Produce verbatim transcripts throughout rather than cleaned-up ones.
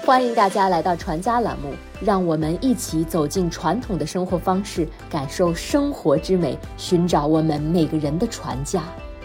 欢迎大家来到传家栏目，让我们一起走进传统的生活方式，感受生活之美，寻找我们每个人的传家。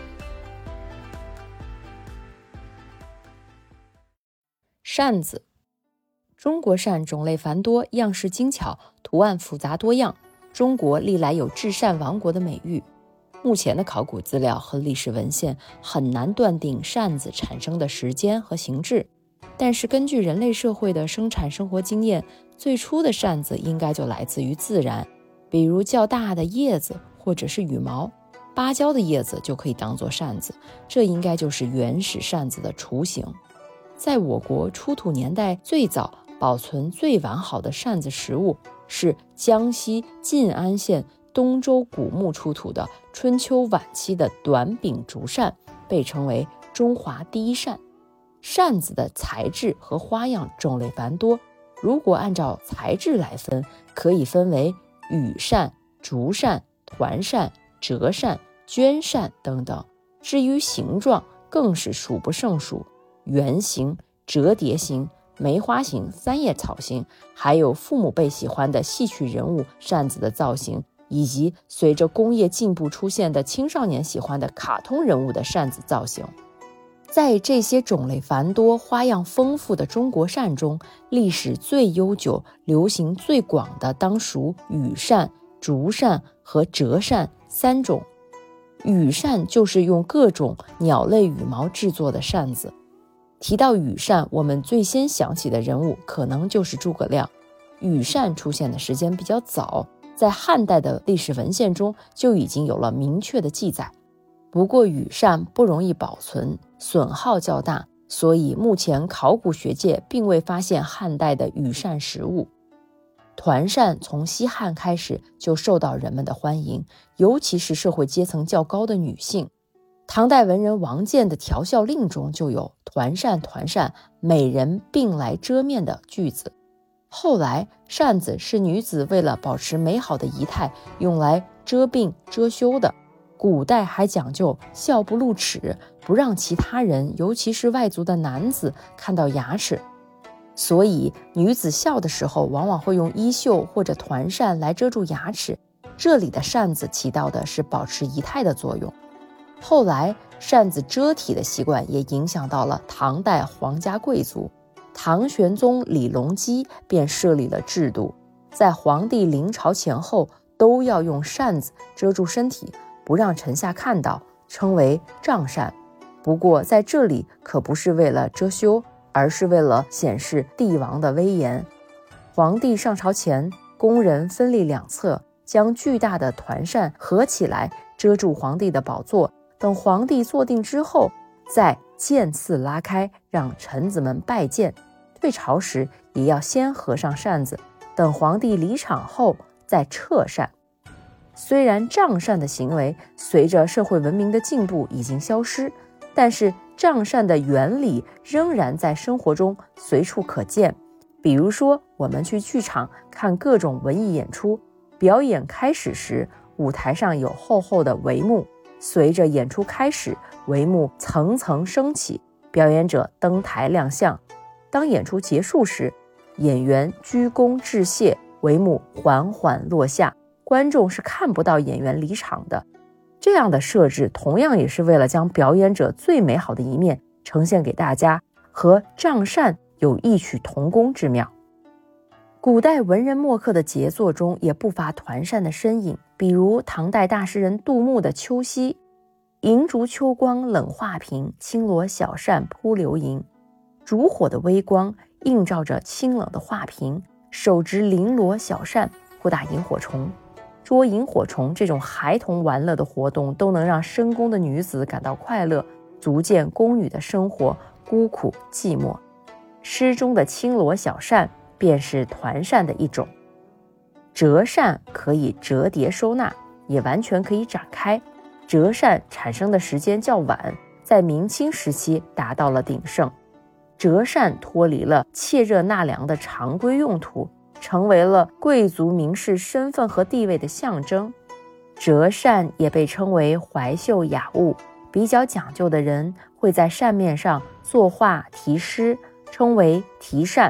扇子，中国扇种类繁多，样式精巧，图案复杂多样。中国历来有至善王国的美誉。目前的考古资料和历史文献很难断定扇子产生的时间和形制，但是根据人类社会的生产生活经验，最初的扇子应该就来自于自然，比如较大的叶子或者是羽毛，芭蕉的叶子就可以当作扇子，这应该就是原始扇子的雏形。在我国出土年代最早、保存最完好的扇子实物是江西晋安县东周古墓出土的春秋晚期的短柄竹扇，被称为中华第一扇。扇子的材质和花样种类繁多，如果按照材质来分，可以分为羽扇、竹扇、团扇、折扇、绢扇等等。至于形状，更是数不胜数，圆形、折叠形、梅花形、三叶草形，还有父母辈喜欢的戏曲人物扇子的造型，以及随着工业进步出现的青少年喜欢的卡通人物的扇子造型。在这些种类繁多、花样丰富的中国扇中，历史最悠久、流行最广的当属羽扇、竹扇和折扇三种。羽扇就是用各种鸟类羽毛制作的扇子。提到羽扇，我们最先想起的人物可能就是诸葛亮。羽扇出现的时间比较早，在汉代的历史文献中就已经有了明确的记载。不过羽扇不容易保存，损耗较大，所以目前考古学界并未发现汉代的羽扇实物。团扇从西汉开始就受到人们的欢迎，尤其是社会阶层较高的女性。唐代文人王建的调校令中就有团扇团扇，美人并来遮面的句子。后来扇子是女子为了保持美好的仪态用来遮鬓遮羞的。古代还讲究笑不露齿，不让其他人，尤其是外族的男子看到牙齿，所以女子笑的时候往往会用衣袖或者团扇来遮住牙齿，这里的扇子起到的是保持仪态的作用。后来扇子遮体的习惯也影响到了唐代皇家贵族，唐玄宗李隆基便设立了制度，在皇帝临朝前后都要用扇子遮住身体，不让臣下看到，称为帐扇。不过在这里可不是为了遮羞，而是为了显示帝王的威严。皇帝上朝前，宫人分立两侧，将巨大的团扇合起来遮住皇帝的宝座，等皇帝坐定之后，再渐次拉开，让臣子们拜见。退朝时也要先合上扇子，等皇帝离场后再撤扇。虽然帐扇的行为随着社会文明的进步已经消失，但是帐扇的原理仍然在生活中随处可见。比如说，我们去剧场看各种文艺演出，表演开始时，舞台上有厚厚的帷幕，随着演出开始，帷幕层层升起，表演者登台亮相。当演出结束时，演员鞠躬致谢，帷幕缓缓落下，观众是看不到演员离场的。这样的设置同样也是为了将表演者最美好的一面呈现给大家，和帐扇有异曲同工之妙。古代文人墨客的杰作中也不乏团扇的身影，比如唐代大诗人杜牧的《秋夕》：银烛秋光冷画屏，轻罗小扇扑流萤。烛火的微光映照着清冷的画屏，手执绫罗小扇扑打萤火虫。捉萤火虫这种孩童玩乐的活动都能让深宫的女子感到快乐，足见宫女的生活孤苦寂寞。诗中的轻罗小扇便是团扇的一种。折扇可以折叠收纳，也完全可以展开。折扇产生的时间较晚，在明清时期达到了鼎盛。折扇脱离了窃热纳凉的常规用途，成为了贵族名士身份和地位的象征。折扇也被称为怀秀雅物，比较讲究的人会在扇面上作画题诗，称为题扇。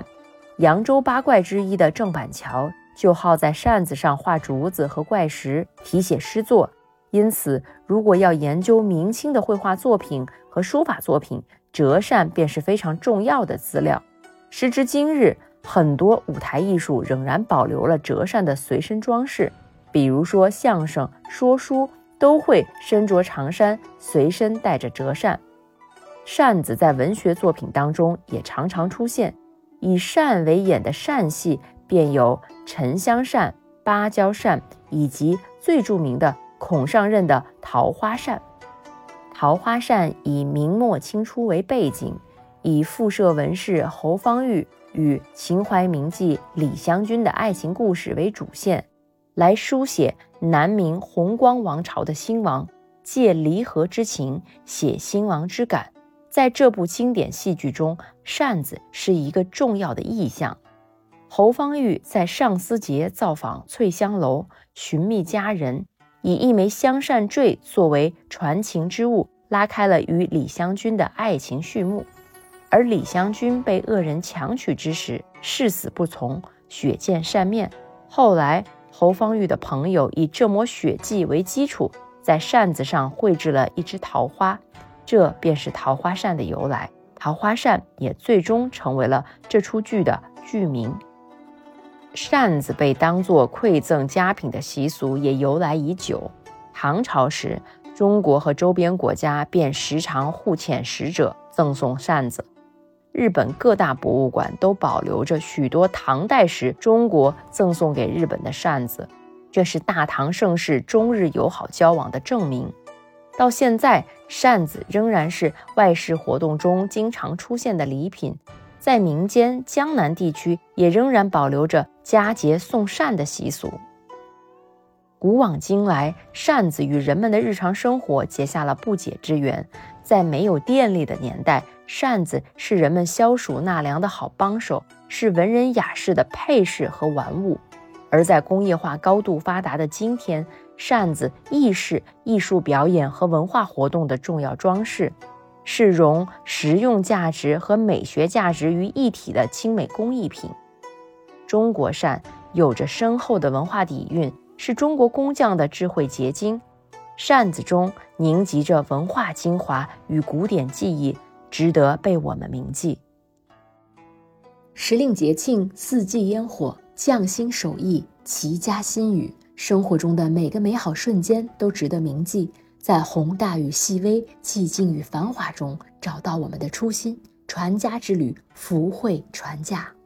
扬州八怪之一的郑板桥就好在扇子上画竹子和怪石，题写诗作。因此，如果要研究明清的绘画作品和书法作品，折扇便是非常重要的资料。时至今日，很多舞台艺术仍然保留了折扇的随身装饰，比如说相声、说书都会身着长衫，随身带着折扇。扇子在文学作品当中也常常出现，以扇为眼的扇戏便有沉香扇、芭蕉扇，以及最著名的孔尚任的桃花扇。桃花扇以明末清初为背景，以复社文士侯方域与秦淮名妓李香君的爱情故事为主线，来书写南明弘光王朝的兴亡，借离合之情写兴亡之感。在这部经典戏剧中，扇子是一个重要的意象。侯方域在上圪节造访翠香楼，寻觅佳人，以一枚香扇坠作为传情之物，拉开了与李香君的爱情序幕。而李香君被恶人强娶之时，誓死不从，血溅扇面。后来侯方域的朋友以这抹血迹为基础，在扇子上绘制了一枝桃花，这便是桃花扇的由来。桃花扇也最终成为了这出剧的剧名。扇子被当作馈赠佳品的习俗也由来已久。唐朝时，中国和周边国家便时常互遣使者赠送扇子。日本各大博物馆都保留着许多唐代时中国赠送给日本的扇子，这是大唐盛世中日友好交往的证明。到现在，扇子仍然是外事活动中经常出现的礼品，在民间江南地区也仍然保留着佳节送扇的习俗。古往今来，扇子与人们的日常生活结下了不解之缘。在没有电力的年代，扇子是人们消暑纳凉的好帮手，是文人雅士的配饰和玩物。而在工业化高度发达的今天，扇子亦是艺术表演和文化活动的重要装饰，是融实用价值和美学价值于一体的精美工艺品。中国扇有着深厚的文化底蕴，是中国工匠的智慧结晶。扇子中凝集着文化精华与古典技艺，值得被我们铭记。 时令节庆，四季烟火，匠心手艺，齐家心语，生活中的每个美好瞬间都值得铭记，在宏大与细微、寂静与繁华中找到我们的初心。传家之旅，福慧传家。